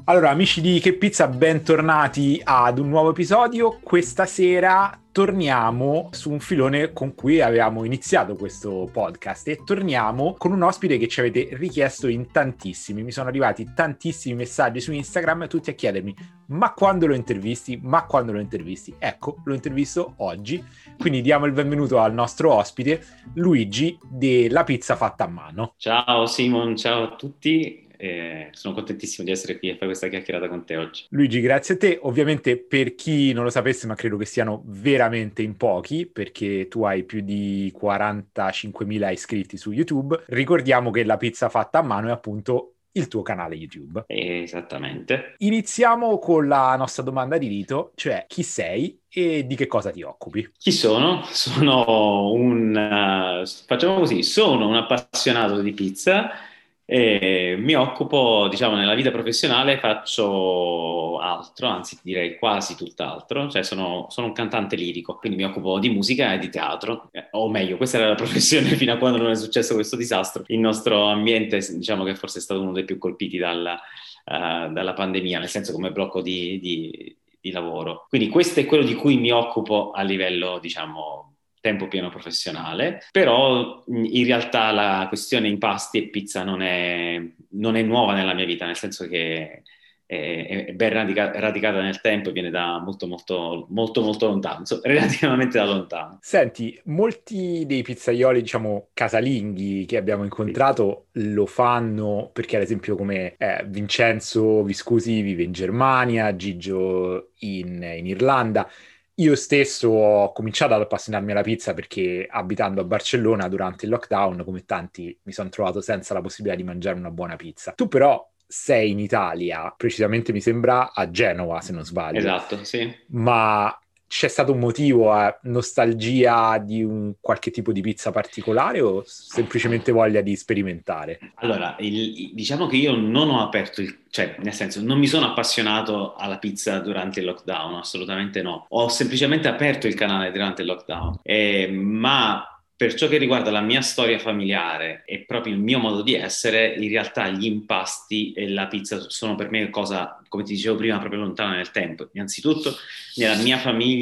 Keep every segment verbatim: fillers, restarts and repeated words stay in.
Allora, amici di Che Pizza, bentornati ad un nuovo episodio. Questa sera torniamo su un filone con cui avevamo iniziato questo podcast e torniamo con un ospite che ci avete richiesto in tantissimi. Mi sono arrivati tantissimi messaggi su Instagram, tutti a chiedermi ma quando lo intervisti? Ma quando lo intervisti? Ecco, lo intervisto oggi. Quindi diamo il benvenuto al nostro ospite, Luigi della Pizza Fatta a Mano. Ciao Simon, ciao a tutti. Eh, sono contentissimo di essere qui a fare questa chiacchierata con te oggi. Luigi, grazie a te. Ovviamente per chi non lo sapesse, ma credo che siano veramente in pochi, perché tu hai più di quarantacinquemila iscritti su YouTube, ricordiamo che la Pizza Fatta a Mano è appunto il tuo canale YouTube. Esattamente. Iniziamo con la nostra domanda di rito, cioè chi sei e di che cosa ti occupi? Chi sono? Sono un, uh, facciamo così, sono un appassionato di pizza e mi occupo, diciamo, nella vita professionale faccio altro, anzi direi quasi tutt'altro, cioè sono, sono un cantante lirico, quindi mi occupo di musica e di teatro, eh, o meglio, questa era la professione fino a quando non è successo questo disastro. Il nostro ambiente, diciamo che forse è stato uno dei più colpiti dalla, uh, dalla pandemia, nel senso come blocco di, di, di lavoro. Quindi questo è quello di cui mi occupo a livello, diciamo, tempo pieno professionale, però in realtà la questione impasti e pizza non è, non è nuova nella mia vita, nel senso che è, è ben radica, radicata nel tempo e viene da molto molto molto molto lontano, so, relativamente da lontano. Senti, molti dei pizzaioli, diciamo, casalinghi che abbiamo incontrato lo fanno perché, ad esempio, come eh, Vincenzo Viscusi vive in Germania, Gigio in, in Irlanda. Io stesso ho cominciato ad appassionarmi alla pizza perché abitando a Barcellona durante il lockdown, come tanti, mi sono trovato senza la possibilità di mangiare una buona pizza. Tu però sei in Italia, precisamente mi sembra a Genova, se non sbaglio. Esatto, sì. Ma c'è stato un motivo, eh, nostalgia di un qualche tipo di pizza particolare o semplicemente voglia di sperimentare? Allora, il- diciamo che io non ho aperto il, cioè, nel senso, non mi sono appassionato alla pizza durante il lockdown, assolutamente no. Ho semplicemente aperto il canale durante il lockdown, Eh, ma per ciò che riguarda la mia storia familiare e proprio il mio modo di essere, in realtà gli impasti e la pizza sono per me cosa, come ti dicevo prima, proprio lontana nel tempo. Innanzitutto, nella mia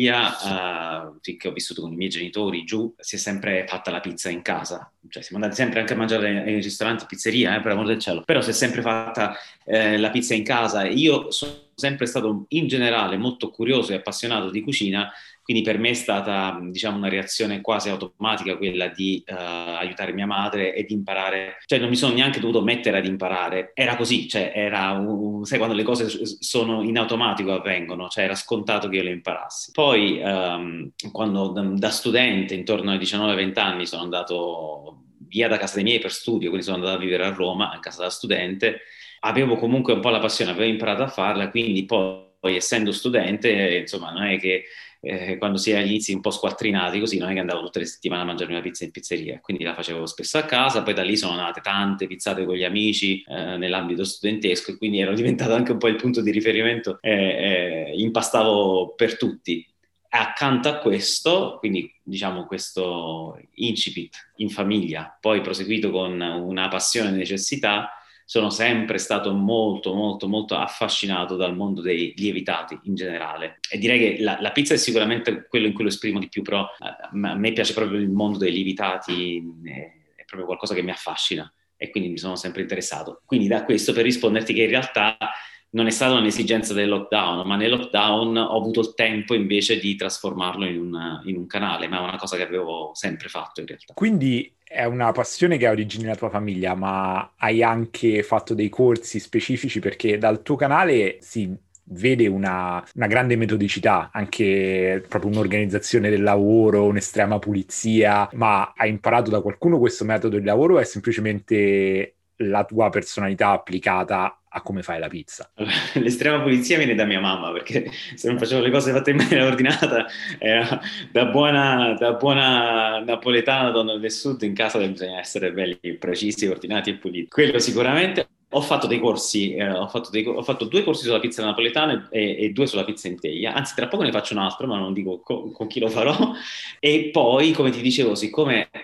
famiglia, eh, finché ho vissuto con i miei genitori giù, si è sempre fatta la pizza in casa. Cioè, siamo andati sempre anche a mangiare nei ristoranti, pizzeria, eh, per amor del cielo. Però si è sempre fatta eh, la pizza in casa. Io sono sempre stato in generale molto curioso e appassionato di cucina, quindi per me è stata, diciamo, una reazione quasi automatica quella di uh, aiutare mia madre e di imparare. Cioè non mi sono neanche dovuto mettere ad imparare, era così, cioè era, un, sai quando le cose sono in automatico avvengono, cioè era scontato che io le imparassi. Poi um, quando da, da studente, intorno ai diciannove venti anni, sono andato via da casa dei miei per studio, quindi sono andato a vivere a Roma, a casa da studente, avevo comunque un po' la passione, avevo imparato a farla, quindi poi, poi essendo studente, insomma, non è che eh, quando si è agli inizi un po' squattrinati così, non è che andavo tutte le settimane a mangiarmi una pizza in pizzeria, quindi la facevo spesso a casa, poi da lì sono nate tante pizzate con gli amici eh, nell'ambito studentesco e quindi ero diventato anche un po' il punto di riferimento, eh, eh, impastavo per tutti. Accanto a questo, quindi diciamo questo incipit in famiglia, poi proseguito con una passione e necessità, sono sempre stato molto, molto, molto affascinato dal mondo dei lievitati in generale. E direi che la, la pizza è sicuramente quello in cui lo esprimo di più, però eh, a me piace proprio il mondo dei lievitati, è, è proprio qualcosa che mi affascina e quindi mi sono sempre interessato. Quindi da questo per risponderti che in realtà non è stata un'esigenza del lockdown, ma nel lockdown ho avuto il tempo invece di trasformarlo in un, in un canale, ma è una cosa che avevo sempre fatto in realtà. Quindi è una passione che ha origini nella tua famiglia, ma hai anche fatto dei corsi specifici perché dal tuo canale si vede una, una grande metodicità, anche proprio un'organizzazione del lavoro, un'estrema pulizia, ma hai imparato da qualcuno questo metodo di lavoro o è semplicemente la tua personalità applicata a come fai la pizza? Allora, l'estrema pulizia viene da mia mamma perché se non facevo le cose fatte in maniera ordinata, era da buona, da buona napoletana donna del sud, in casa bisogna essere belli, precisi, ordinati e puliti. Quello sicuramente. Ho fatto dei corsi, eh, ho, fatto dei, ho fatto due corsi sulla pizza napoletana e, e due sulla pizza in teglia, anzi tra poco ne faccio un altro, ma non dico co- con chi lo farò. E poi, come ti dicevo, siccome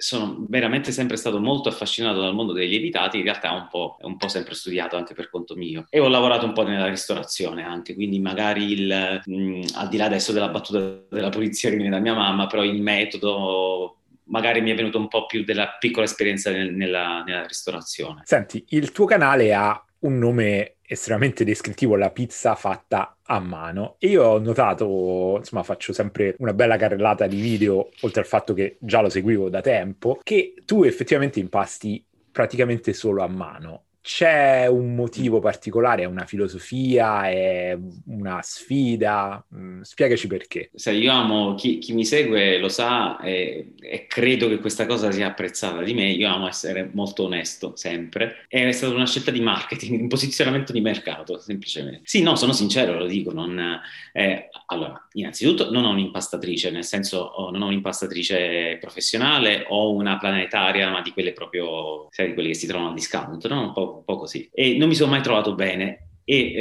sono veramente sempre stato molto affascinato dal mondo dei lievitati, in realtà un po', un po' sempre studiato anche per conto mio. E ho lavorato un po' nella ristorazione anche, quindi magari il, mh, al di là adesso della battuta della polizia che viene da mia mamma, però il metodo magari mi è venuto un po' più della piccola esperienza nel, nella, nella ristorazione. Senti, il tuo canale ha un nome estremamente descrittivo, la pizza fatta a mano. E io ho notato, insomma, faccio sempre una bella carrellata di video, oltre al fatto che già lo seguivo da tempo, che tu effettivamente impasti praticamente solo a mano. C'è un motivo particolare, è una filosofia, è una sfida? Mm, spiegaci perché. Sai, io amo chi, chi mi segue lo sa e, e credo che questa cosa sia apprezzata di me. Io amo essere molto onesto sempre. È stata una scelta di marketing, un posizionamento di mercato, semplicemente. Sì, no, sono sincero, lo dico. Non, eh, allora, innanzitutto non ho un'impastatrice, nel senso oh, non ho un'impastatrice professionale, ho una planetaria, ma di quelle proprio, sai, di quelle che si trovano al discount, no? Un po', un po' così. E non mi sono mai trovato bene. E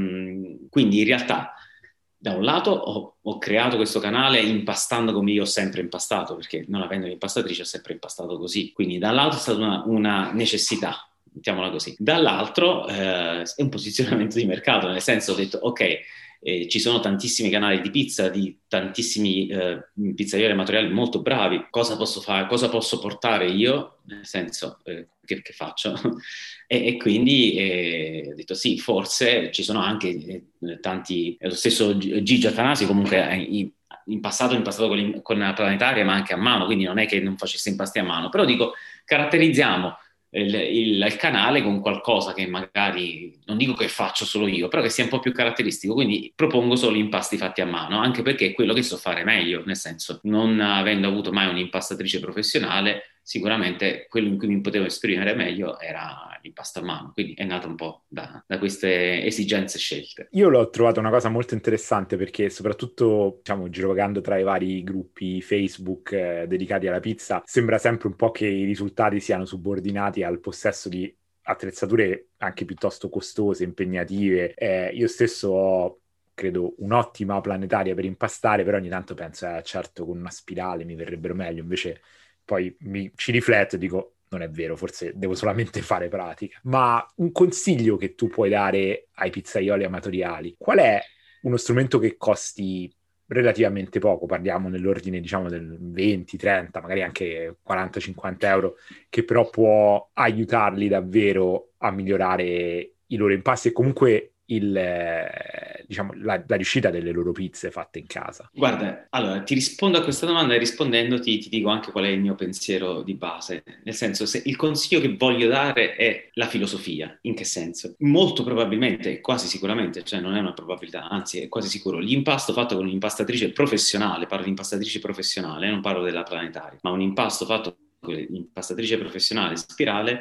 ehm, quindi in realtà da un lato ho, ho creato questo canale impastando come io ho sempre impastato, perché non avendo un'impastatrice ho sempre impastato così, quindi da un lato è stata una, una necessità, mettiamola così, dall'altro eh, è un posizionamento di mercato, nel senso ho detto ok, eh, ci sono tantissimi canali di pizza, di tantissimi eh, pizzaioli amatoriali molto bravi, cosa posso fare, cosa posso portare io, nel senso eh, che, che faccio? E, e quindi eh, ho detto sì, forse ci sono anche eh, tanti, eh, lo stesso Gigi Atanasi comunque in, in passato in passato con, con la planetaria, ma anche a mano, quindi non è che non facesse impasti a mano, però dico, caratterizziamo il, il, il canale con qualcosa che magari, non dico che faccio solo io, però che sia un po' più caratteristico, quindi propongo solo impasti fatti a mano, anche perché è quello che so fare meglio, nel senso, non avendo avuto mai un'impastatrice professionale, sicuramente quello in cui mi potevo esprimere meglio era l'impasto a mano, quindi è nato un po' da, da queste esigenze scelte. Io l'ho trovata una cosa molto interessante perché soprattutto, diciamo, girovagando tra i vari gruppi Facebook eh, dedicati alla pizza, sembra sempre un po' che i risultati siano subordinati al possesso di attrezzature anche piuttosto costose, impegnative. Eh, io stesso ho, credo, un'ottima planetaria per impastare, però ogni tanto penso, eh, certo, con una spirale mi verrebbero meglio, invece poi mi, ci rifletto e dico, non è vero, forse devo solamente fare pratica. Ma un consiglio che tu puoi dare ai pizzaioli amatoriali, qual è uno strumento che costi relativamente poco? Parliamo nell'ordine, diciamo, del venti, trenta, magari anche quaranta, cinquanta euro, che però può aiutarli davvero a migliorare i loro impasti e comunque il, eh, diciamo, la, la riuscita delle loro pizze fatte in casa. Guarda, allora ti rispondo a questa domanda e rispondendoti ti dico anche qual è il mio pensiero di base. Nel senso, se il consiglio che voglio dare è la filosofia. In che senso? Molto probabilmente, quasi sicuramente, cioè non è una probabilità, anzi è quasi sicuro, l'impasto fatto con un'impastatrice professionale, parlo di impastatrice professionale, non parlo della planetaria, ma un impasto fatto con un'impastatrice professionale spirale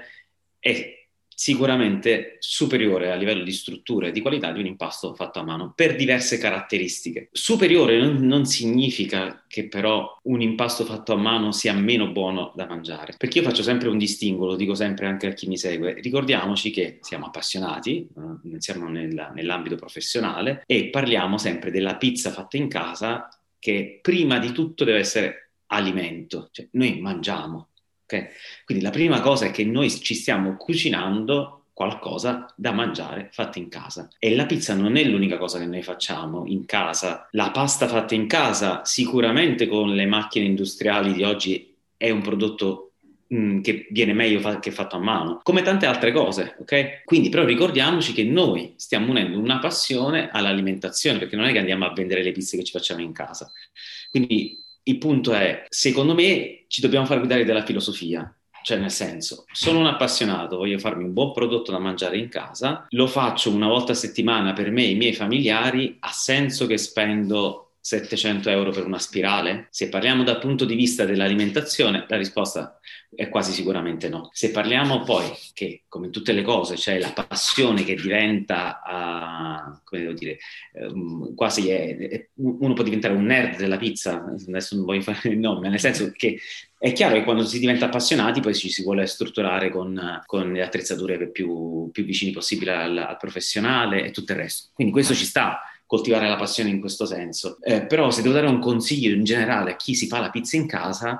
è sicuramente superiore a livello di struttura e di qualità di un impasto fatto a mano per diverse caratteristiche. Superiore non, non significa che però un impasto fatto a mano sia meno buono da mangiare, perché io faccio sempre un distinguo, lo dico sempre anche a chi mi segue, ricordiamoci che siamo appassionati, eh, siamo nella, nell'ambito professionale e parliamo sempre della pizza fatta in casa che prima di tutto deve essere alimento, cioè noi mangiamo. Okay? Quindi la prima cosa è che noi ci stiamo cucinando qualcosa da mangiare fatto in casa. E la pizza non è l'unica cosa che noi facciamo in casa. La pasta fatta in casa, sicuramente con le macchine industriali di oggi, è un prodotto mh, che viene meglio fa- che fatto a mano, come tante altre cose, ok? Quindi però ricordiamoci che noi stiamo unendo una passione all'alimentazione, perché non è che andiamo a vendere le pizze che ci facciamo in casa. Quindi il punto è, secondo me, ci dobbiamo far guidare dalla filosofia. Cioè, nel senso, sono un appassionato, voglio farmi un buon prodotto da mangiare in casa, lo faccio una volta a settimana per me e i miei familiari, ha senso che spendo settecento euro per una spirale? Se parliamo dal punto di vista dell'alimentazione, la risposta è quasi sicuramente no. Se parliamo poi che, come in tutte le cose, c'è la passione che diventa, uh, come devo dire, um, quasi è, è, uno può diventare un nerd della pizza, adesso non voglio fare il nome, nel senso che è chiaro che quando si diventa appassionati poi ci si vuole strutturare con, con le attrezzature più, più vicini possibile al, al professionale e tutto il resto. Quindi questo ci sta. coltivare la passione in questo senso. Eh, però se devo dare un consiglio in generale a chi si fa la pizza in casa,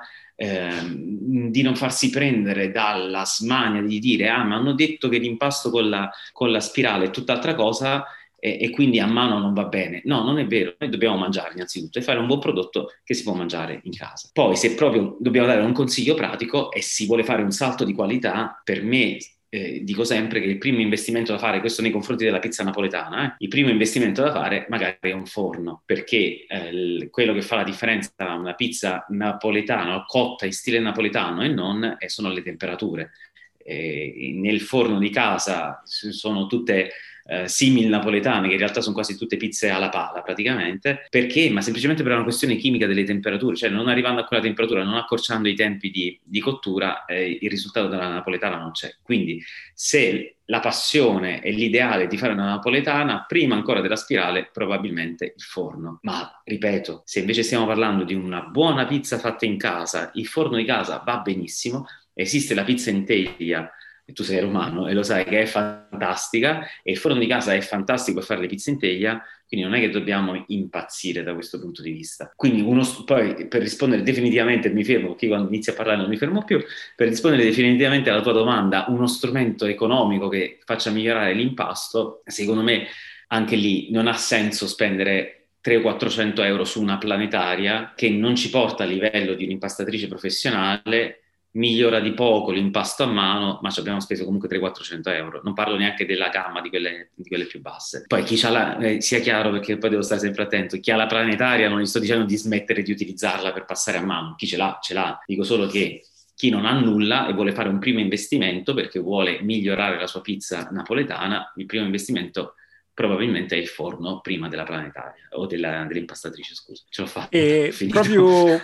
ehm, di non farsi prendere dalla smania di dire ah, ma hanno detto che l'impasto con la, con la spirale è tutt'altra cosa, e, e quindi a mano non va bene. No, non è vero. Noi dobbiamo mangiare innanzitutto e fare un buon prodotto che si può mangiare in casa. Poi, se proprio dobbiamo dare un consiglio pratico e si vuole fare un salto di qualità, per me eh, dico sempre che il primo investimento da fare, questo nei confronti della pizza napoletana, eh, il primo investimento da fare magari è un forno, perché eh, il, quello che fa la differenza tra una pizza napoletana cotta in stile napoletano e non eh, sono le temperature. Eh, nel forno di casa sono tutte eh, simil napoletane, che in realtà sono quasi tutte pizze alla pala praticamente, perché? Ma semplicemente per una questione chimica delle temperature, cioè non arrivando a quella temperatura, non accorciando i tempi di, di cottura, eh, il risultato della napoletana non c'è. Quindi se la passione e l'ideale di fare una napoletana, prima ancora della spirale, probabilmente il forno. Ma, ripeto, se invece stiamo parlando di una buona pizza fatta in casa, il forno di casa va benissimo. Esiste la pizza in teglia, e tu sei romano e lo sai che è fantastica, e il forno di casa è fantastico per fare le pizze in teglia, quindi non è che dobbiamo impazzire da questo punto di vista. Quindi uno, poi per rispondere definitivamente, mi fermo, perché quando inizio a parlare non mi fermo più, per rispondere definitivamente alla tua domanda, uno strumento economico che faccia migliorare l'impasto, secondo me anche lì non ha senso spendere trecento o quattrocento euro su una planetaria che non ci porta a livello di un'impastatrice professionale, migliora di poco l'impasto a mano, ma ci abbiamo speso comunque trecento o quattrocento euro. Non parlo neanche della gamma di quelle, di quelle più basse. Poi chi c'ha la, eh, sia chiaro, perché poi devo stare sempre attento, chi ha la planetaria non gli sto dicendo di smettere di utilizzarla per passare a mano, chi ce l'ha, ce l'ha. Dico solo che chi non ha nulla e vuole fare un primo investimento perché vuole migliorare la sua pizza napoletana, il primo investimento probabilmente è il forno prima della planetaria o della, dell'impastatrice, scusa. Ce l'ho fatta. E proprio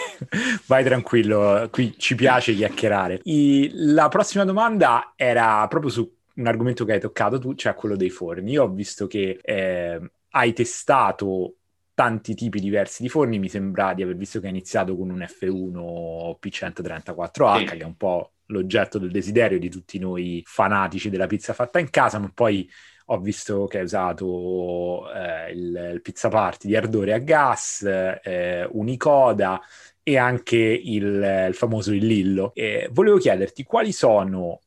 vai tranquillo, qui ci piace chiacchierare. I... La prossima domanda era proprio su un argomento che hai toccato tu, cioè quello dei forni. Io ho visto che eh, hai testato tanti tipi diversi di forni, mi sembra di aver visto che hai iniziato con un F uno P centotrentaquattro H, sì, che è un po' l'oggetto del desiderio di tutti noi fanatici della pizza fatta in casa, ma poi ho visto che hai usato eh, il, il Pizza Party di ardore a gas, eh, Unicoda e anche il, il famoso Il Lillo. E volevo chiederti quali sono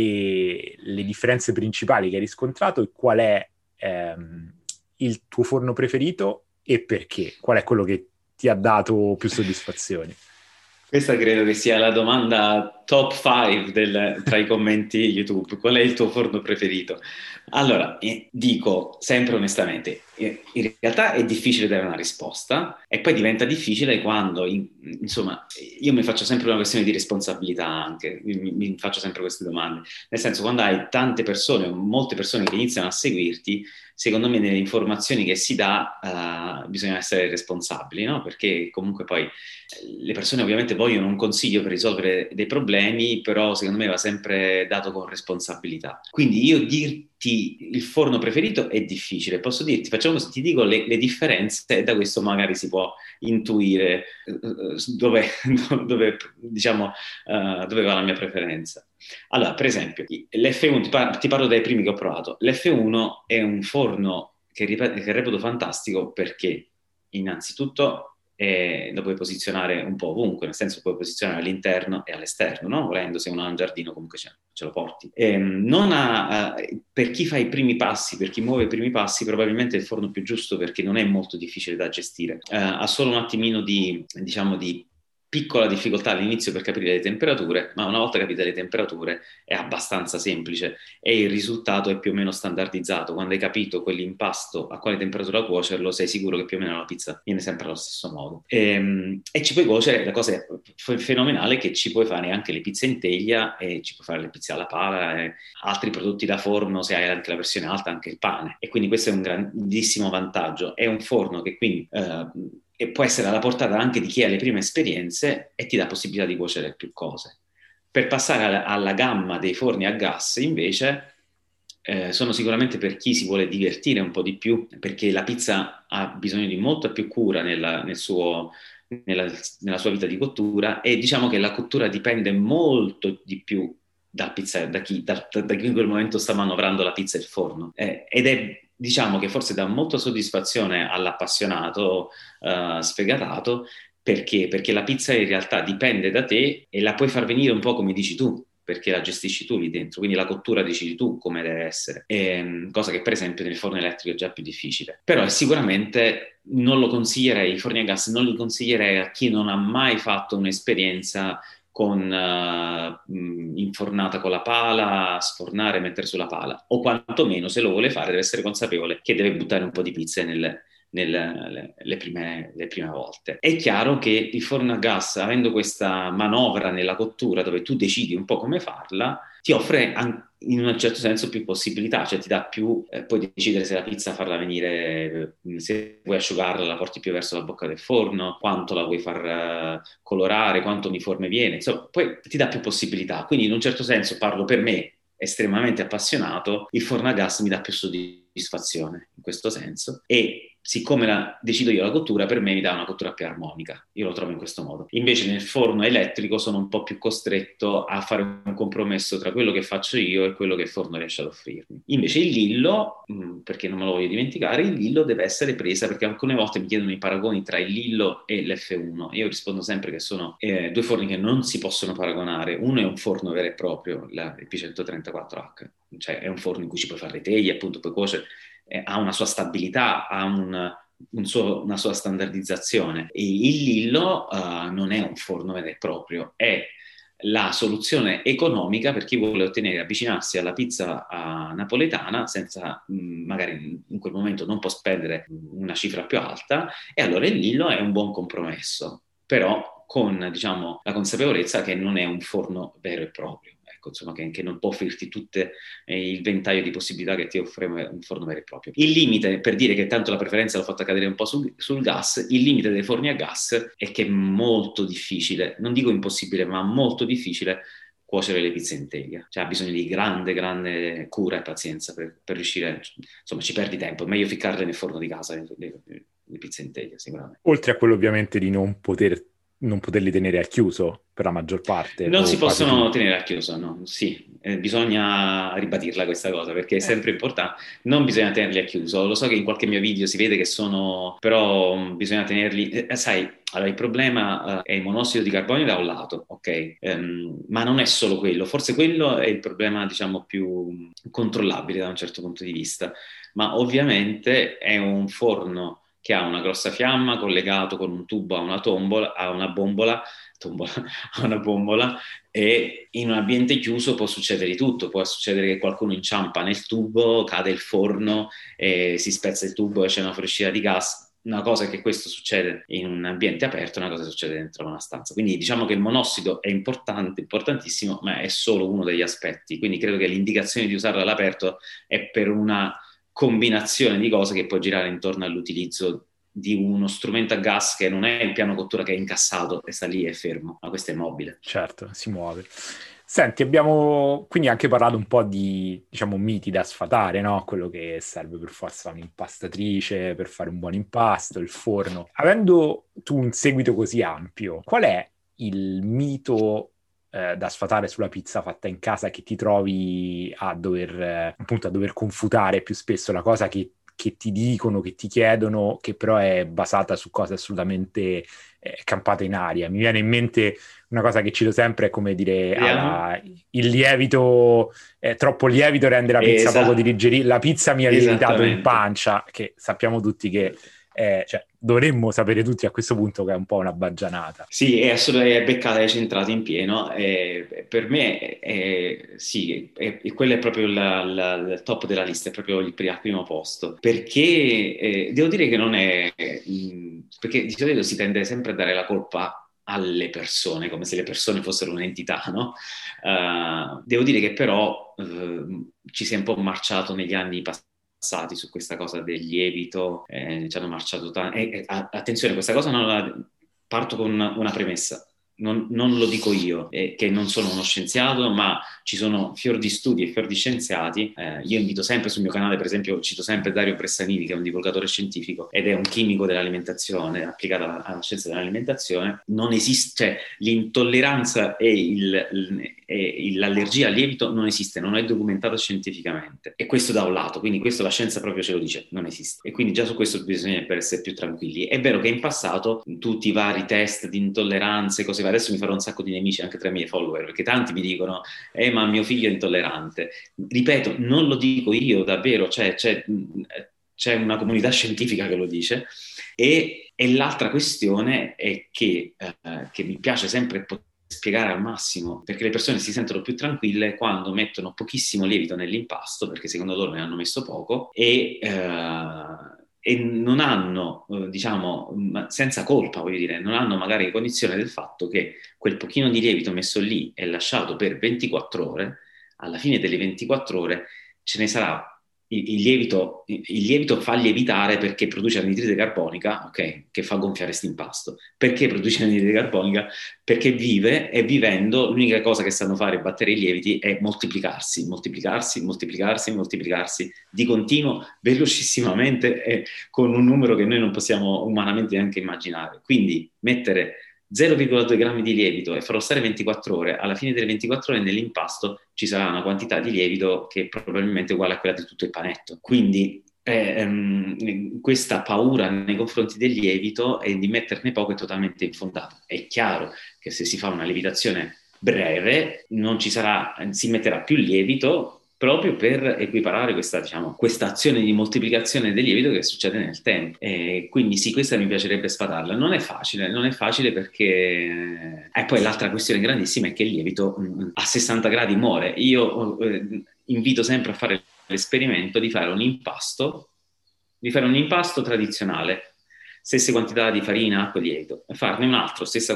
le, le differenze principali che hai riscontrato e qual è ehm, il tuo forno preferito e perché? Qual è quello che ti ha dato più soddisfazioni? Questa credo che sia la domanda top cinque tra i commenti YouTube. Qual è il tuo forno preferito? Allora, eh, dico sempre onestamente, eh, in realtà è difficile dare una risposta e poi diventa difficile quando, in, insomma, io mi faccio sempre una questione di responsabilità anche, mi, mi faccio sempre queste domande. Nel senso, quando hai tante persone, molte persone che iniziano a seguirti, secondo me nelle informazioni che si dà uh, bisogna essere responsabili, no? Perché comunque poi le persone ovviamente vogliono un consiglio per risolvere dei problemi, però secondo me va sempre dato con responsabilità. Quindi io dirti il forno preferito è difficile, posso dirti, facciamo così, ti dico le, le differenze e da questo magari si può intuire uh, dove, dove, diciamo, uh, dove va la mia preferenza. Allora, per esempio, l'F uno, ti, par- ti parlo dai primi che ho provato. L'F uno è un forno che, ripet- che reputo fantastico perché innanzitutto eh, lo puoi posizionare un po' ovunque, nel senso puoi posizionare all'interno e all'esterno, no? Volendo, se uno ha un giardino comunque ce, ce lo porti. E, non ha, uh, per chi fa i primi passi, per chi muove i primi passi, probabilmente è il forno più giusto perché non è molto difficile da gestire. Uh, ha solo un attimino di, diciamo, di piccola difficoltà all'inizio per capire le temperature, ma una volta capite le temperature è abbastanza semplice e il risultato è più o meno standardizzato. Quando hai capito quell'impasto a quale temperatura cuocerlo, sei sicuro che più o meno la pizza viene sempre allo stesso modo. E, e ci puoi cuocere, la cosa fenomenale è che ci puoi fare anche le pizze in teglia e ci puoi fare le pizze alla pala e altri prodotti da forno, se hai anche la versione alta, anche il pane. E quindi questo è un grandissimo vantaggio. È un forno che quindi eh, e può essere alla portata anche di chi ha le prime esperienze e ti dà possibilità di cuocere più cose. Per passare alla, alla gamma dei forni a gas, invece, eh, sono sicuramente per chi si vuole divertire un po' di più, perché la pizza ha bisogno di molta più cura nella, nel suo, nella, nella sua vita di cottura e diciamo che la cottura dipende molto di più dal pizza, da chi, da, da chi in quel momento sta manovrando la pizza e il forno. Eh, ed è diciamo che forse dà molta soddisfazione all'appassionato uh, sfegatato. Perché? Perché la pizza in realtà dipende da te e la puoi far venire un po' come dici tu, perché la gestisci tu lì dentro, quindi la cottura decidi tu come deve essere, e, cosa che per esempio nel forno elettrico è già più difficile. Però sicuramente non lo consiglierei, i forni a gas non li consiglierei a chi non ha mai fatto un'esperienza con uh, infornata con la pala, sfornare, mettere sulla pala, o quantomeno se lo vuole fare deve essere consapevole che deve buttare un po' di pizza nel, nelle le prime, le prime volte. È chiaro che il forno a gas, avendo questa manovra nella cottura dove tu decidi un po' come farla, ti offre an- in un certo senso più possibilità, cioè ti dà più, eh, puoi decidere se la pizza farla venire, se vuoi asciugarla la porti più verso la bocca del forno, quanto la vuoi far uh, colorare, quanto uniforme viene, insomma, poi ti dà più possibilità. Quindi in un certo senso, parlo per me, estremamente appassionato, il forno a gas mi dà più soddisfazione in questo senso, e siccome la, decido io la cottura, per me mi dà una cottura più armonica, io lo trovo in questo modo. Invece nel forno elettrico sono un po' più costretto a fare un compromesso tra quello che faccio io e quello che il forno riesce ad offrirmi. Invece il Lillo, mh, perché non me lo voglio dimenticare, il Lillo deve essere presa, perché alcune volte mi chiedono i paragoni tra il Lillo e l'F uno. Io rispondo sempre che sono eh, due forni che non si possono paragonare. Uno è un forno vero e proprio, la, il P centotrentaquattro H, cioè è un forno in cui ci puoi fare le teglie, appunto puoi cuocere, eh, ha una sua stabilità, ha un, un suo, una sua standardizzazione. E il Lillo uh, non è un forno vero e proprio, è la soluzione economica per chi vuole ottenere, avvicinarsi alla pizza uh, napoletana senza, mh, magari in quel momento non può spendere una cifra più alta, e allora il Lillo è un buon compromesso, però con, diciamo, la consapevolezza che non è un forno vero e proprio. Ecco, insomma, che, che non può offrirti tutte eh, il ventaglio di possibilità che ti offre un forno vero e proprio. Il limite, per dire che tanto la preferenza l'ho fatta cadere un po' sul, sul gas, il limite dei forni a gas è che è molto difficile, non dico impossibile, ma molto difficile cuocere le pizze in teglia. Cioè ha bisogno di grande, grande cura e pazienza per, per riuscire, insomma ci perdi tempo, è meglio ficcarle nel forno di casa le, le, le pizze in teglia sicuramente. Oltre a quello ovviamente di non poter non poterli tenere al chiuso per la maggior parte Non si o quasi possono tutti. tenere a chiuso, no? Sì, eh, bisogna ribadirla questa cosa perché è sempre importante. Non bisogna tenerli a chiuso. Lo so che in qualche mio video si vede che sono, però mh, bisogna tenerli. Eh, sai, allora il problema eh, è il monossido di carbonio da un lato, ok? Ehm, ma non è solo quello. Forse quello è il problema, diciamo, più controllabile da un certo punto di vista. Ma ovviamente è un forno che ha una grossa fiamma collegato con un tubo a una tombola, a una bombola, tombola, a una bombola, e in un ambiente chiuso può succedere di tutto, può succedere che qualcuno inciampa nel tubo, cade il forno, e si spezza il tubo e c'è una fuoriuscita di gas. Una cosa è che questo succede in un ambiente aperto, una cosa succede dentro una stanza. Quindi diciamo che il monossido è importante, importantissimo, ma è solo uno degli aspetti. Quindi credo che l'indicazione di usarlo all'aperto è per una combinazione di cose che può girare intorno all'utilizzo di uno strumento a gas che non è il piano cottura che è incassato e sta lì e fermo, ma questo è mobile. Certo, si muove. Senti, abbiamo quindi anche parlato un po' di, diciamo, miti da sfatare, no? Quello che serve per forza un'impastatrice, per fare un buon impasto, il forno. Avendo tu un seguito così ampio, qual è il mito eh, da sfatare sulla pizza fatta in casa che ti trovi a dover, eh, appunto, a dover confutare più spesso, la cosa che, che ti dicono, che ti chiedono, che però è basata su cose assolutamente eh, campate in aria? Mi viene in mente una cosa che cito sempre, è come dire, ah, Vediamo? la- il lievito, eh, troppo lievito rende la pizza poco Esa- digeribile, la pizza mi ha lievitato in esattamente. pancia, che sappiamo tutti che, eh, cioè, dovremmo sapere tutti a questo punto che è un po' una baggianata. Sì, è assolutamente beccata, hai centrato in pieno. E per me, è, sì, è, è- quello è proprio la- la- il top della lista, è proprio il pri- al primo posto. Perché eh, devo dire che non è, mh, perché di solito si tende sempre a dare la colpa alle persone, come se le persone fossero un'entità, no? Eh, devo dire che però eh, ci si è un po' marciato negli anni passati su questa cosa del lievito, eh, ci hanno marciato tanto. E, e, a- attenzione, questa cosa non la... Parto con una, una premessa. non, non lo dico io, eh, che non sono uno scienziato, ma ci sono fior di studi e fior di scienziati. Eh, io invito sempre sul mio canale, per esempio, cito sempre Dario Bressanini, che è un divulgatore scientifico ed è un chimico dell'alimentazione, applicato alla, alla scienza dell'alimentazione. Non esiste, cioè, l'intolleranza e, il, il, e l'allergia al lievito non esiste, non è documentato scientificamente. E questo da un lato, quindi questo la scienza proprio ce lo dice, non esiste. E quindi già su questo bisogna per essere più tranquilli. È vero che in passato tutti i vari test di intolleranze, cose varie, adesso mi farò un sacco di nemici anche tra i miei follower, perché tanti mi dicono eh ma mio figlio è intollerante. Ripeto, non lo dico io davvero, c'è, c'è, c'è una comunità scientifica che lo dice. E, e l'altra questione è che, eh, che mi piace sempre poter spiegare al massimo, perché le persone si sentono più tranquille quando mettono pochissimo lievito nell'impasto, perché secondo loro ne hanno messo poco, e, eh, e non hanno, eh, diciamo, senza colpa, voglio dire, non hanno magari cognizione del fatto che quel pochino di lievito messo lì e lasciato per ventiquattro ore, alla fine delle ventiquattro ore ce ne sarà. Il, il lievito, il lievito fa lievitare perché produce anidride carbonica, ok, che fa gonfiare quest'impasto. Perché produce anidride carbonica? Perché vive, e vivendo l'unica cosa che sanno fare i batteri lieviti è moltiplicarsi, moltiplicarsi, moltiplicarsi, moltiplicarsi di continuo, velocissimamente e con un numero che noi non possiamo umanamente neanche immaginare. Quindi mettere zero virgola due grammi di lievito e farlo stare ventiquattro ore, alla fine delle ventiquattro ore nell'impasto ci sarà una quantità di lievito che probabilmente è uguale a quella di tutto il panetto. Quindi eh, ehm, questa paura nei confronti del lievito e di metterne poco è totalmente infondata. È chiaro che se si fa una lievitazione breve non ci sarà, si metterà più lievito proprio per equiparare questa, diciamo, questa azione di moltiplicazione del lievito che succede nel tempo. E quindi sì, questa mi piacerebbe sfatarla. Non è facile, non è facile perché... E eh, poi l'altra questione grandissima è che il lievito mh, a sessanta gradi muore. Io eh, invito sempre a fare l'esperimento di fare un impasto, di fare un impasto tradizionale, stesse quantità di farina, acqua e lievito, e farne un altro, stessa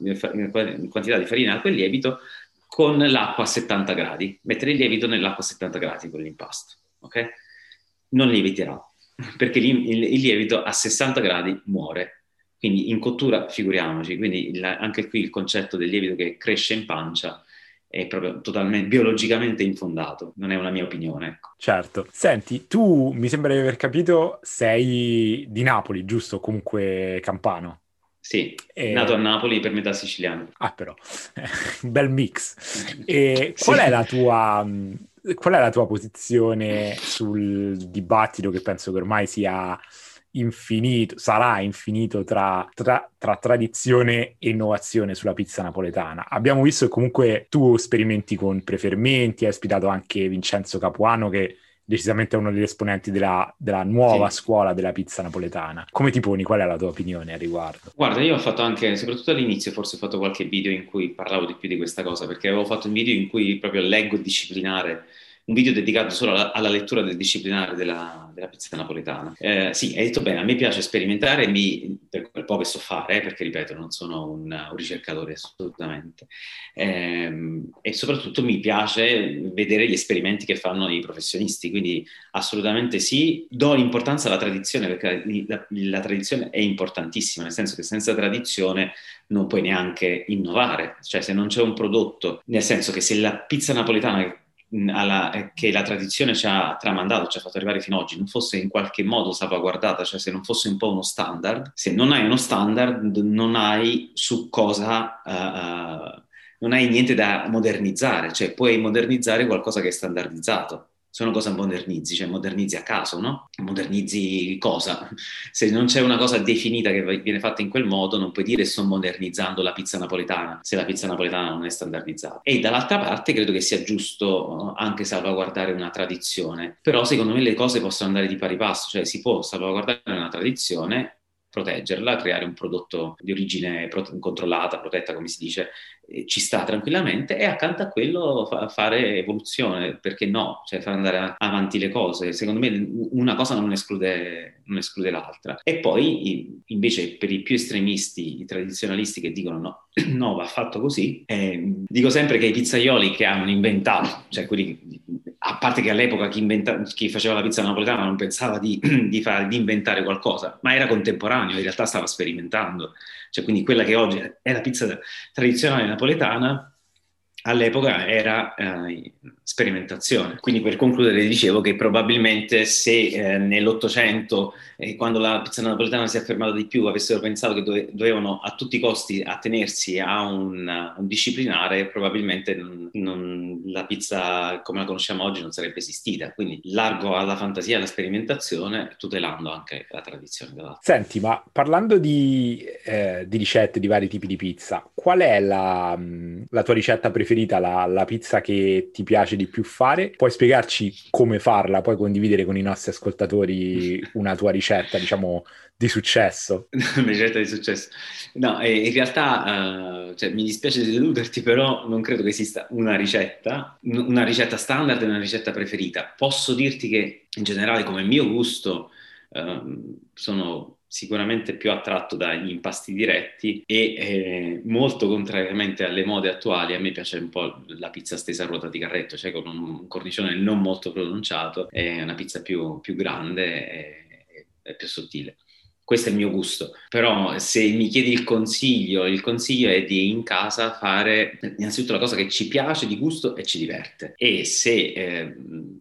quantità di farina, acqua e lievito, con l'acqua a settanta gradi, mettere il lievito nell'acqua a settanta gradi con l'impasto, ok? Non lieviterà, perché il, il, il lievito a sessanta gradi muore, quindi in cottura figuriamoci, quindi il, anche qui il concetto del lievito che cresce in pancia è proprio totalmente biologicamente infondato, non è una mia opinione, ecco. Certo. Senti, tu mi sembra di aver capito, sei di Napoli, giusto? Comunque campano. Sì, E... nato a Napoli per metà siciliano. Ah, però, un bel mix. E qual Sì. è la tua, qual è la tua posizione sul dibattito che penso che ormai sia infinito, sarà infinito tra, tra, tra tradizione e innovazione sulla pizza napoletana? Abbiamo visto che comunque tu sperimenti con prefermenti, hai ospitato anche Vincenzo Capuano, che decisamente è uno degli esponenti della, della nuova Sì. scuola della pizza napoletana. Come ti poni? Qual è la tua opinione al riguardo? Guarda, io ho fatto anche, soprattutto all'inizio, forse ho fatto qualche video in cui parlavo di più di questa cosa, perché avevo fatto un video in cui proprio leggo il disciplinare, un video dedicato solo alla, alla lettura del disciplinare della, della pizza napoletana. Eh, sì, hai detto bene, a me piace sperimentare mi, per quel po' che so fare, eh, perché ripeto, non sono un, un ricercatore assolutamente. Eh, e soprattutto mi piace vedere gli esperimenti che fanno i professionisti, quindi assolutamente sì. Do importanza alla tradizione, perché la, la tradizione è importantissima, nel senso che senza tradizione non puoi neanche innovare, cioè se non c'è un prodotto, nel senso che se la pizza napoletana alla, che la tradizione ci ha tramandato, ci ha fatto arrivare fino ad oggi, non fosse in qualche modo salvaguardata, cioè se non fosse un po' uno standard, se non hai uno standard non hai su cosa... Uh, uh, non hai niente da modernizzare, cioè puoi modernizzare qualcosa che è standardizzato. Se una cosa modernizzi, cioè modernizzi a caso, no? Modernizzi cosa? Se non c'è una cosa definita che viene fatta in quel modo, non puoi dire sto modernizzando la pizza napoletana, se la pizza napoletana non è standardizzata. E dall'altra parte credo che sia giusto anche salvaguardare una tradizione, però secondo me le cose possono andare di pari passo, cioè si può salvaguardare una tradizione, proteggerla, creare un prodotto di origine pro- controllata, protetta, come si dice, eh, ci sta tranquillamente, e accanto a quello fa- fare evoluzione, perché no? Cioè far andare a- avanti le cose. Secondo me una cosa non esclude, non esclude l'altra. E poi invece per i più estremisti, i tradizionalisti che dicono no, no, va fatto così, eh, dico sempre che i pizzaioli che hanno inventato, cioè quelli a parte che all'epoca chi, inventa- chi faceva la pizza napoletana non pensava di, di, fare- di inventare qualcosa, ma era contemporaneo, in realtà stava sperimentando. Cioè, quindi quella che oggi è la pizza tradizionale napoletana, all'epoca era eh, sperimentazione. Quindi per concludere dicevo che probabilmente se eh, nell'Ottocento, eh, quando la pizza napoletana si è affermata di più, avessero pensato che dove- dovevano a tutti i costi attenersi a un, un disciplinare, probabilmente non- non- la pizza come la conosciamo oggi non sarebbe esistita. Quindi largo alla fantasia e alla sperimentazione, tutelando anche la tradizione della. Senti, ma parlando di, eh, di ricette di vari tipi di pizza, qual è la, mh, la tua ricetta preferita, la, la pizza che ti piace di più fare? Puoi spiegarci come farla, puoi condividere con i nostri ascoltatori una tua ricetta, diciamo, di successo? Una ricetta di successo. No, eh, in realtà, eh, cioè, mi dispiace deluderti, però non credo che esista una ricetta, n- una ricetta standard e una ricetta preferita. Posso dirti che in generale, come mio gusto, ehm, sono sicuramente più attratto dagli impasti diretti e eh, molto contrariamente alle mode attuali, a me piace un po' la pizza stesa a ruota di carretto, cioè con un cornicione non molto pronunciato, è una pizza più, più grande e e più sottile. Questo è il mio gusto, però se mi chiedi il consiglio, il consiglio è di in casa fare innanzitutto la cosa che ci piace di gusto e ci diverte. E se eh,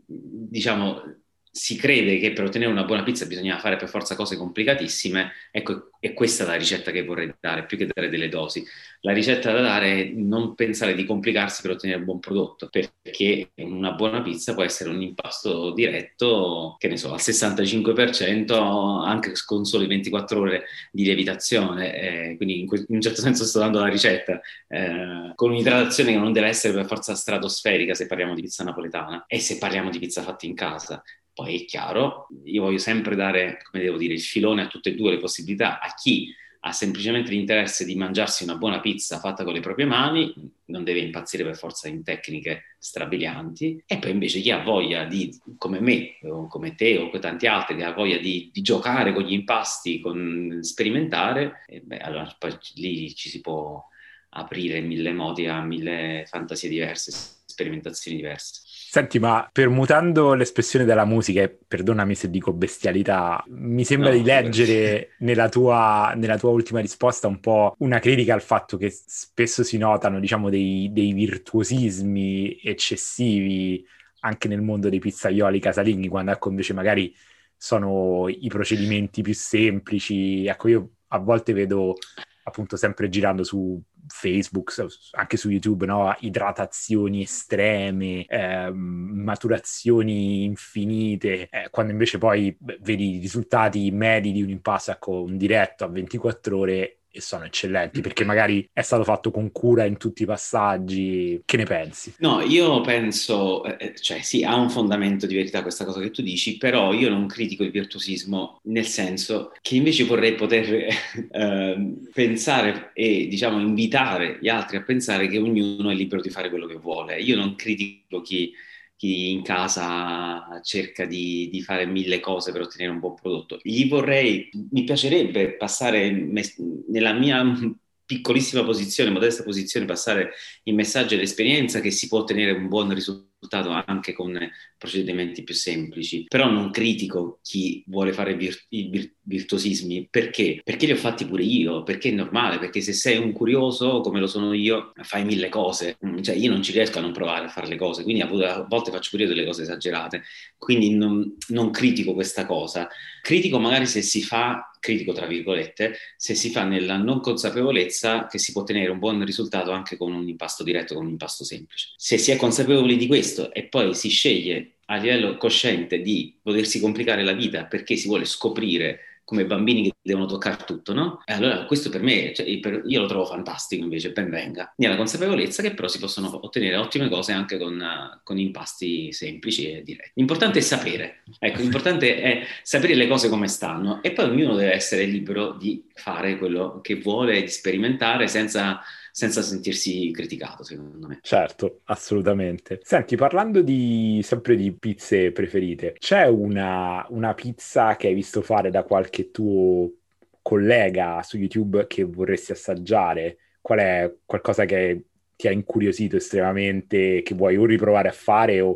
diciamo si crede che per ottenere una buona pizza bisogna fare per forza cose complicatissime, ecco, è questa la ricetta che vorrei dare, più che dare delle dosi. La ricetta da dare è non pensare di complicarsi per ottenere un buon prodotto, perché una buona pizza può essere un impasto diretto, che ne so, al sessantacinque per cento, anche con sole ventiquattro ore di lievitazione. Eh, quindi in, que- in un certo senso sto dando la ricetta, eh, con un'idratazione che non deve essere per forza stratosferica se parliamo di pizza napoletana e se parliamo di pizza fatta in casa. Poi è chiaro, io voglio sempre dare, come devo dire, il filone a tutte e due le possibilità. A chi ha semplicemente l'interesse di mangiarsi una buona pizza fatta con le proprie mani, non deve impazzire per forza in tecniche strabilianti, e poi invece chi ha voglia di, come me, o come te, o come tanti altri, che ha voglia di, di giocare con gli impasti, con sperimentare, e beh, allora poi lì ci si può aprire in mille modi a mille fantasie diverse, sperimentazioni diverse. Senti, ma permutando l'espressione della musica, e perdonami se dico bestialità, mi sembra di No, figurati. leggere nella tua, nella tua ultima risposta un po' una critica al fatto che spesso si notano, diciamo, dei, dei virtuosismi eccessivi anche nel mondo dei pizzaioli casalinghi, quando ecco invece magari sono i procedimenti più semplici. Ecco, io a volte vedo appunto sempre girando su Facebook, anche su YouTube, no? Idratazioni estreme, ehm, maturazioni infinite, eh, quando invece poi beh, vedi i risultati medi di un impasto, ecco, un diretto a ventiquattro ore e sono eccellenti, perché magari è stato fatto con cura in tutti i passaggi. Che ne pensi? No, io penso, eh, eh, cioè sì, ha un fondamento di verità questa cosa che tu dici, però io non critico il virtuosismo, nel senso che invece vorrei poter eh, pensare e diciamo invitare gli altri a pensare che ognuno è libero di fare quello che vuole. Io non critico chi, chi in casa cerca di, di fare mille cose per ottenere un buon prodotto. Gli vorrei, mi piacerebbe passare mes- nella mia piccolissima posizione, modesta posizione, passare il messaggio e l'esperienza che si può ottenere un buon risultato anche con procedimenti più semplici. Però non critico chi vuole fare vir- i vir- virtuosismi. Perché? Perché li ho fatti pure io, perché è normale, perché se sei un curioso come lo sono io, fai mille cose. Mm, Cioè io non ci riesco a non provare a fare le cose, quindi a vo- a volte faccio pure io delle cose esagerate. Quindi non, non critico questa cosa. Critico magari se si fa, critico tra virgolette, se si fa nella non consapevolezza che si può ottenere un buon risultato anche con un impasto diretto, con un impasto semplice. Se si è consapevoli di questo e poi si sceglie a livello cosciente di volersi complicare la vita perché si vuole scoprire come bambini che devono toccare tutto, no? E allora questo per me, cioè, per- io lo trovo fantastico invece, ben venga, nella consapevolezza che però si possono ottenere ottime cose anche con, uh, con impasti semplici e diretti. L'importante è sapere, ecco, l'importante è sapere le cose come stanno e poi ognuno deve essere libero di fare quello che vuole, di sperimentare senza, senza sentirsi criticato, secondo me. Certo, assolutamente. Senti, parlando di sempre di pizze preferite, c'è una, una pizza che hai visto fare da qualche tuo collega su YouTube che vorresti assaggiare? Qual è qualcosa che ti ha incuriosito estremamente, che vuoi o riprovare a fare o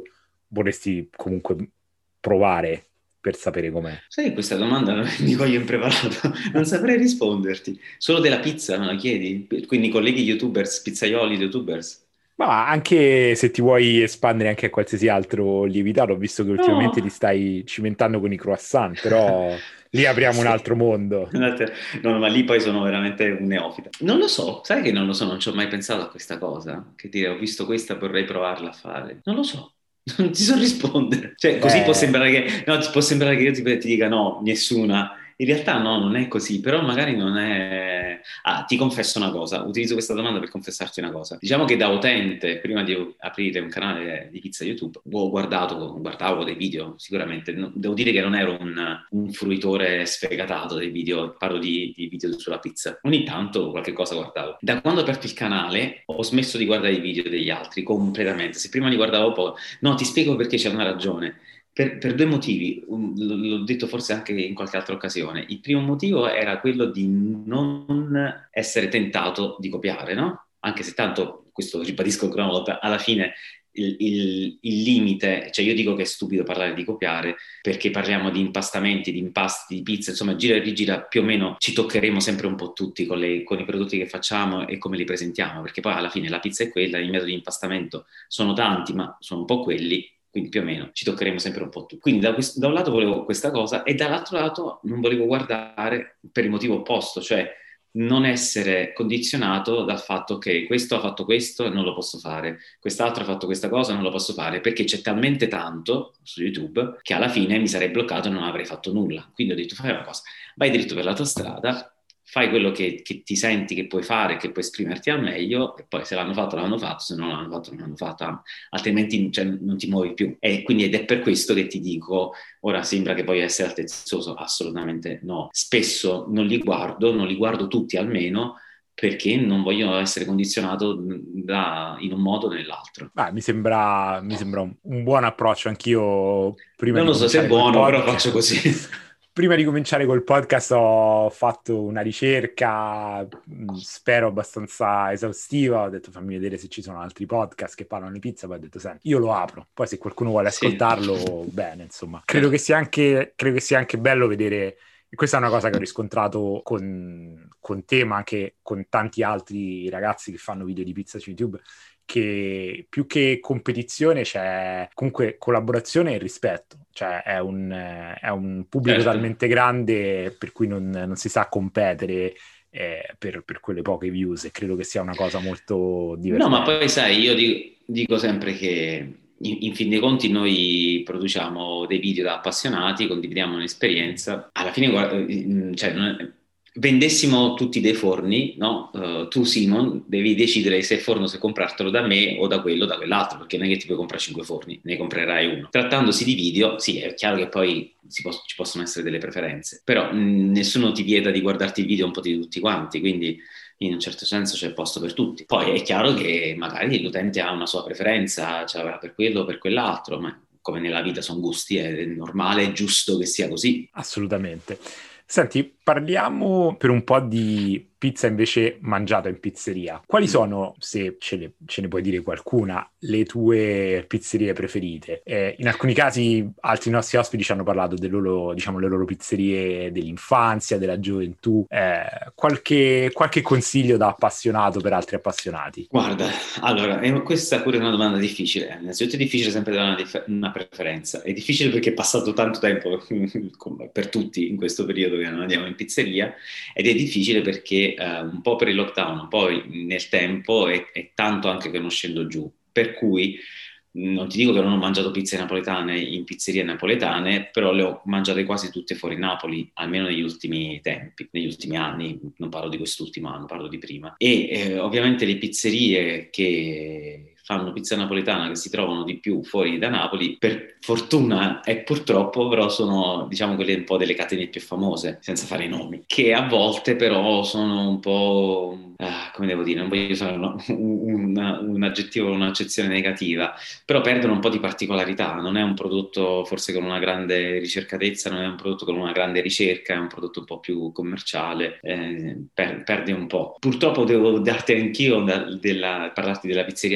vorresti comunque provare per sapere com'è? Sai che questa domanda mi voglio impreparato, non saprei risponderti. Solo della pizza me la chiedi? Quindi colleghi youtubers, pizzaioli youtubers? Ma anche se ti vuoi espandere anche a qualsiasi altro lievitato, ho visto che ultimamente No! ti stai cimentando con i croissant, però lì apriamo un Sì. altro mondo. Guardate, no, ma lì poi sono veramente un neofita. Non lo so, sai che non lo so, non ci ho mai pensato a questa cosa. Che dire, ho visto questa, vorrei provarla a fare. Non lo so, non ti so rispondere. Cioè, così può Eh, sembrare che, no, ti può sembrare che io ti, ti dica no, nessuna. In realtà no, non è così, però magari non è... Ah, ti confesso una cosa, utilizzo questa domanda per confessarti una cosa. Diciamo che da utente, prima di aprire un canale di pizza YouTube, ho guardato, guardavo dei video, sicuramente. No, devo dire che non ero un, un fruitore sfegatato dei video, parlo di, di video sulla pizza. Ogni tanto qualche cosa guardavo. Da quando ho aperto il canale ho smesso di guardare i video degli altri completamente. Se prima li guardavo poco... No, ti spiego perché c'è una ragione. Per, per due motivi, um, l- l'ho detto forse anche in qualche altra occasione. Il primo motivo era quello di non essere tentato di copiare, no? Anche se tanto, questo ribadisco ancora una volta, alla fine il, il- il limite, cioè io dico che è stupido parlare di copiare perché parliamo di impastamenti, di impasti, di pizza, insomma gira e rigira più o meno ci toccheremo sempre un po' tutti con, le- con i prodotti che facciamo e come li presentiamo, perché poi alla fine la pizza è quella, i metodi di impastamento sono tanti, ma sono un po' quelli, quindi più o meno ci toccheremo sempre un po' tutti. Quindi da, questo, da un lato volevo questa cosa e dall'altro lato non volevo guardare per il motivo opposto, cioè non essere condizionato dal fatto che questo ha fatto questo e non lo posso fare, quest'altro ha fatto questa cosa e non lo posso fare, perché c'è talmente tanto su YouTube che alla fine mi sarei bloccato e non avrei fatto nulla. Quindi ho detto fai una cosa, vai dritto per la tua strada, fai quello che, che ti senti che puoi fare, che puoi esprimerti al meglio, e poi se l'hanno fatto l'hanno fatto, se non l'hanno fatto non l'hanno fatto, altrimenti cioè, non ti muovi più. E quindi ed è per questo che ti dico, ora sembra che voglio essere altezzoso, assolutamente no. Spesso non li guardo, non li guardo tutti almeno, perché non voglio essere condizionato da, in un modo o nell'altro. beh, mi sembra, mi sembra un, un buon approccio. Anch'io, prima Non di lo so se è cominciare col buono, però faccio podcast, così. prima di cominciare col podcast ho fatto una ricerca, mh, spero abbastanza esaustiva. Ho detto fammi vedere se ci sono altri podcast che parlano di pizza. Poi ho detto senti, io lo apro. Poi se qualcuno vuole Sì, ascoltarlo, bene, insomma. Credo che certo. sia anche, credo che sia anche bello vedere. E questa è una cosa che ho riscontrato con, con te, ma anche con tanti altri ragazzi che fanno video di pizza su YouTube, che più che competizione c'è comunque collaborazione e rispetto, cioè è un, è un pubblico Certo. talmente grande per cui non, non si sa competere eh, per, per quelle poche views, e credo che sia una cosa molto No, ma poi divertente. sai, io dico, dico sempre che in, in fin dei conti noi produciamo dei video da appassionati, condividiamo un'esperienza. Alla fine, guarda, eh, cioè, non è- vendessimo tutti dei forni, no? Eh, tu, Simon, devi decidere se il forno se comprartelo da me o da quello o da quell'altro, perché non è che ti puoi comprare cinque forni, ne comprerai uno. Trattandosi di video, sì, è chiaro che poi si pos- ci possono essere delle preferenze, però mh, nessuno ti vieta di guardarti il video un po' di tutti quanti, quindi in un certo senso c'è posto per tutti. Poi è chiaro che magari l'utente ha una sua preferenza, ce l'avrà per quello o per quell'altro, ma come nella vita sono gusti, è normale, è giusto che sia così. Assolutamente. Senti, parliamo per un po' di pizza invece mangiata in pizzeria. Quali Mm. sono, se ce ne, ce ne puoi dire qualcuna, le tue pizzerie preferite? Eh, in alcuni casi altri nostri ospiti ci hanno parlato delle loro, diciamo, le loro pizzerie dell'infanzia, della gioventù. Eh, qualche, qualche consiglio da appassionato per altri appassionati? Guarda, allora, è- questa pure è una domanda difficile. Innanzitutto è difficile sempre dare una, dif- una preferenza. È difficile perché è passato tanto tempo come per tutti in questo periodo che non andiamo in pizzeria ed è difficile perché eh, un po' per il lockdown, un po' nel tempo e, e tanto anche che non scendo giù. Per cui non ti dico che non ho mangiato pizze napoletane in pizzerie napoletane, però le ho mangiate quasi tutte fuori Napoli, almeno negli ultimi tempi, negli ultimi anni, non parlo di quest'ultimo anno, parlo di prima. E eh, ovviamente le pizzerie che fanno pizza napoletana, che si trovano di più fuori da Napoli, per fortuna e purtroppo però sono, diciamo, quelle un po' delle catene più famose, senza fare i nomi, che a volte però sono un po', ah, come devo dire, non voglio usare un, un, un aggettivo o un'accezione negativa, però perdono un po' di particolarità, non è un prodotto forse con una grande ricercatezza, non è un prodotto con una grande ricerca, è un prodotto un po' più commerciale, eh, per, perde un po'. Purtroppo devo darti anch'io da, della, parlarti della pizzeria d'infanzia,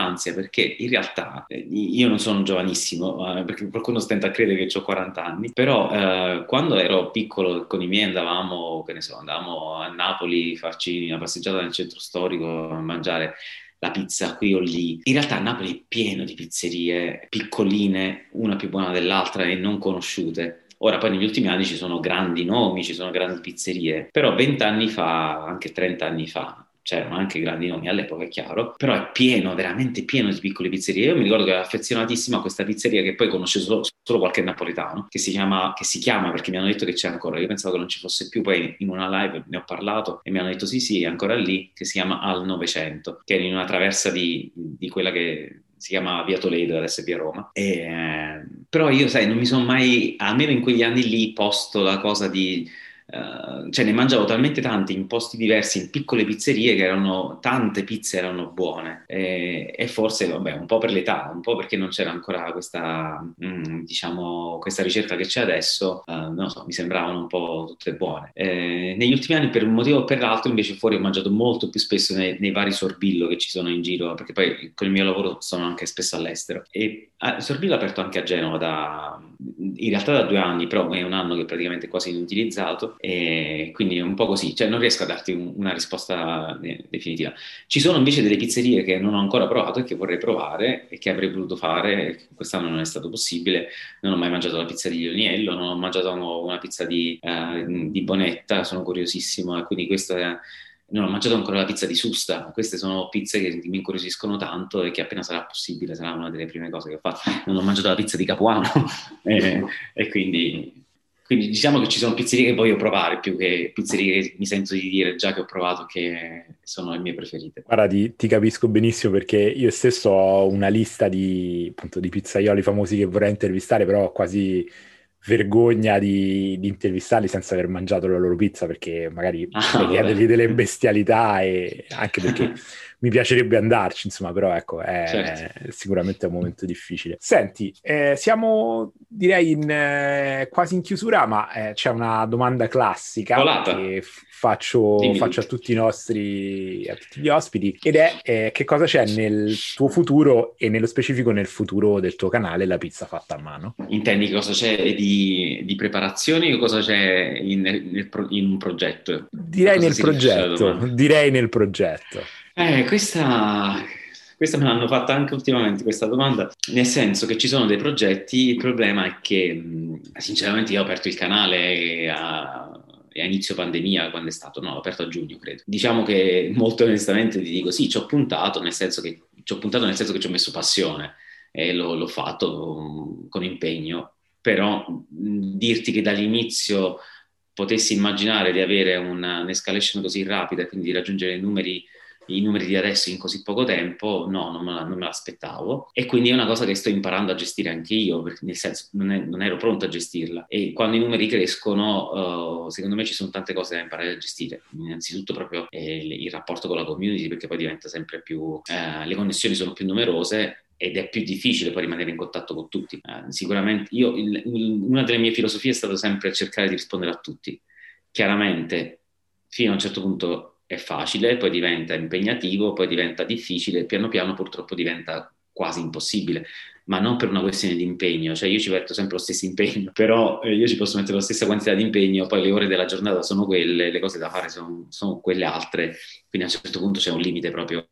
l'ansia, perché in realtà eh, io non sono giovanissimo, eh, perché qualcuno stenta a credere che ho quaranta anni, però eh, quando ero piccolo con i miei andavamo, che ne so, andavamo a Napoli, farci una passeggiata nel centro storico, a mangiare la pizza qui o lì. In realtà Napoli è pieno di pizzerie piccoline, una più buona dell'altra e non conosciute. Ora poi negli ultimi anni ci sono grandi nomi, ci sono grandi pizzerie, però vent'anni fa, anche trenta anni fa, c'erano anche grandi nomi all'epoca, è chiaro, però è pieno, veramente pieno di piccole pizzerie. Io mi ricordo che ero affezionatissimo a questa pizzeria che poi conosce solo, solo qualche napoletano, che si chiama, che si chiama perché mi hanno detto che c'è ancora, io pensavo che non ci fosse più, poi in una live ne ho parlato e mi hanno detto sì sì, è ancora lì, che si chiama Al novecento, che è in una traversa di, di quella che si chiama Via Toledo, adesso è Via Roma. E, eh, però io, sai, non mi sono mai, almeno in quegli anni lì, posto la cosa di Uh, cioè ne mangiavo talmente tante in posti diversi, in piccole pizzerie, che erano tante pizze, erano buone e, e forse vabbè un po' per l'età, un po' perché non c'era ancora questa mm, diciamo questa ricerca che c'è adesso, uh, non lo so, mi sembravano un po' tutte buone. Eh, negli ultimi anni per un motivo o per l'altro invece fuori ho mangiato molto più spesso nei, nei vari Sorbillo che ci sono in giro, perché poi con il mio lavoro sono anche spesso all'estero e ah, Sorbillo è aperto anche a Genova da, in realtà da due anni, però è un anno che praticamente è quasi inutilizzato e quindi è un po' così, cioè non riesco a darti un, una risposta de- definitiva. Ci sono invece delle pizzerie che non ho ancora provato e che vorrei provare e che avrei voluto fare, quest'anno non è stato possibile. Non ho mai mangiato la pizza di Lioniello, non ho mangiato una pizza di, eh, di Bonetta, sono curiosissimo e quindi questo è. Non ho mangiato ancora la pizza di Susta, queste sono pizze che mi incuriosiscono tanto e che appena sarà possibile sarà una delle prime cose che ho fatto. Non ho mangiato la pizza di Capuano e, e quindi, quindi diciamo che ci sono pizzerie che voglio provare più che pizzerie che mi sento di dire già che ho provato che sono le mie preferite. Guarda, ti, ti capisco benissimo perché io stesso ho una lista di, appunto, di pizzaioli famosi che vorrei intervistare, però ho quasi vergogna di, di intervistarli senza aver mangiato la loro pizza perché magari Ah, potrei vabbè. chiedergli delle bestialità e anche perché mi piacerebbe andarci, insomma, però ecco, Certo. è sicuramente un momento difficile. Senti, eh, siamo direi in, eh, quasi in chiusura, ma eh, c'è una domanda classica Volata, che f- faccio, dimmi faccio a tutto. tutti i nostri, a tutti gli ospiti ed è eh, che cosa c'è nel tuo futuro e nello specifico nel futuro del tuo canale La Pizza Fatta a Mano? Intendi cosa c'è di, di preparazioni o cosa c'è in, nel pro- in un progetto? A Direi cosa nel si riferisce la progetto, domanda? direi nel progetto. Eh, questa, questa me l'hanno fatta anche ultimamente, questa domanda, nel senso che ci sono dei progetti, il problema è che mh, sinceramente io ho aperto il canale a, a inizio pandemia, quando è stato? No, l'ho aperto a giugno, credo. Diciamo che molto onestamente ti dico sì, ci ho puntato, nel senso che ci ho puntato nel senso che ci ho messo passione e l'ho, l'ho fatto mh, con impegno, però mh, dirti che dall'inizio potessi immaginare di avere una, un'escalation così rapida e quindi di raggiungere i numeri i numeri di adesso in così poco tempo, no, non me, la, non me l'aspettavo. E quindi è una cosa che sto imparando a gestire anche io, perché nel senso non, è, non ero pronto a gestirla. E quando i numeri crescono, uh, secondo me ci sono tante cose da imparare a gestire. Innanzitutto proprio eh, il rapporto con la community, perché poi diventa sempre più, eh, le connessioni sono più numerose ed è più difficile poi rimanere in contatto con tutti. Eh, sicuramente io, il, il, una delle mie filosofie è stata sempre cercare di rispondere a tutti. Chiaramente, fino a un certo punto è facile, poi diventa impegnativo, poi diventa difficile, piano piano purtroppo diventa quasi impossibile, ma non per una questione di impegno, cioè io ci metto sempre lo stesso impegno, però eh, io ci posso mettere la stessa quantità di impegno, poi le ore della giornata sono quelle, le cose da fare sono, sono quelle altre, quindi a un certo punto c'è un limite proprio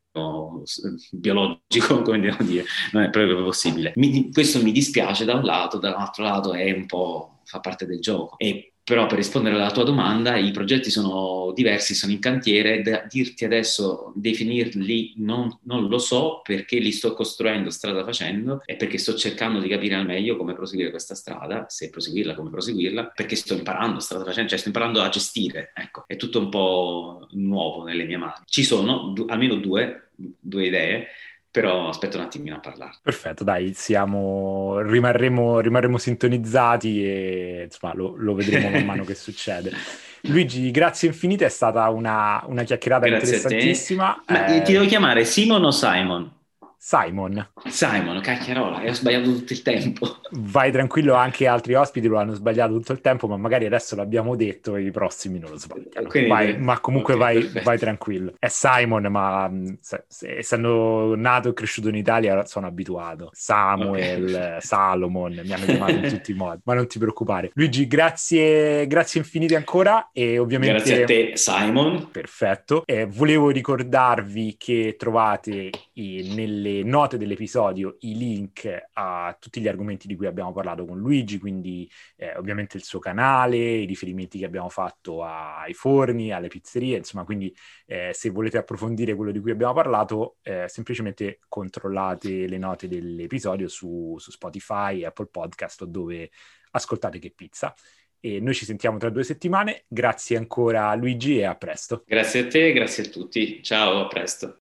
biologico, come devo dire, non è proprio possibile. Mi, questo mi dispiace da un lato, dall'altro lato è un po' fa parte del gioco. E però per rispondere alla tua domanda, i progetti sono diversi, sono in cantiere, da dirti adesso, definirli non, non lo so perché li sto costruendo strada facendo e perché sto cercando di capire al meglio come proseguire questa strada, se proseguirla, come proseguirla, perché sto imparando strada facendo, cioè sto imparando a gestire, ecco, è tutto un po' nuovo nelle mie mani. Ci sono du- almeno due, due idee, però aspetta un attimino a parlare. Perfetto, dai, siamo, rimarremo, rimarremo sintonizzati e insomma lo, lo vedremo man mano che succede. Luigi, grazie infinite, è stata una, una chiacchierata Grazie a te. interessantissima. Ma eh, ti Eh, devo chiamare Simon o Simon? Simon. Simon, cacchiarola, e ho sbagliato tutto il tempo. Vai tranquillo, anche altri ospiti lo hanno sbagliato tutto il tempo, ma magari adesso l'abbiamo detto e i prossimi non lo sbagliano. Quindi, Vai, ma comunque ok, vai, perfetto. vai tranquillo. È Simon, ma mh, se- se- essendo nato e cresciuto in Italia sono abituato. Samuel, Ok. Salomon, mi hanno chiamato in tutti i modi, ma non ti preoccupare. Luigi, grazie, grazie infinite ancora e Grazie a ovviamente... te, Simon. Perfetto. Eh, volevo ricordarvi che trovate i- nelle note dell'episodio i link a tutti gli argomenti di cui abbiamo parlato con Luigi, quindi eh, ovviamente il suo canale, i riferimenti che abbiamo fatto ai forni, alle pizzerie, insomma, quindi eh, se volete approfondire quello di cui abbiamo parlato, eh, semplicemente controllate le note dell'episodio su, su Spotify, Apple Podcast o dove ascoltate Che Pizza. E noi ci sentiamo tra due settimane. Grazie ancora Luigi e a presto. Grazie a te, grazie a tutti. Ciao, a presto.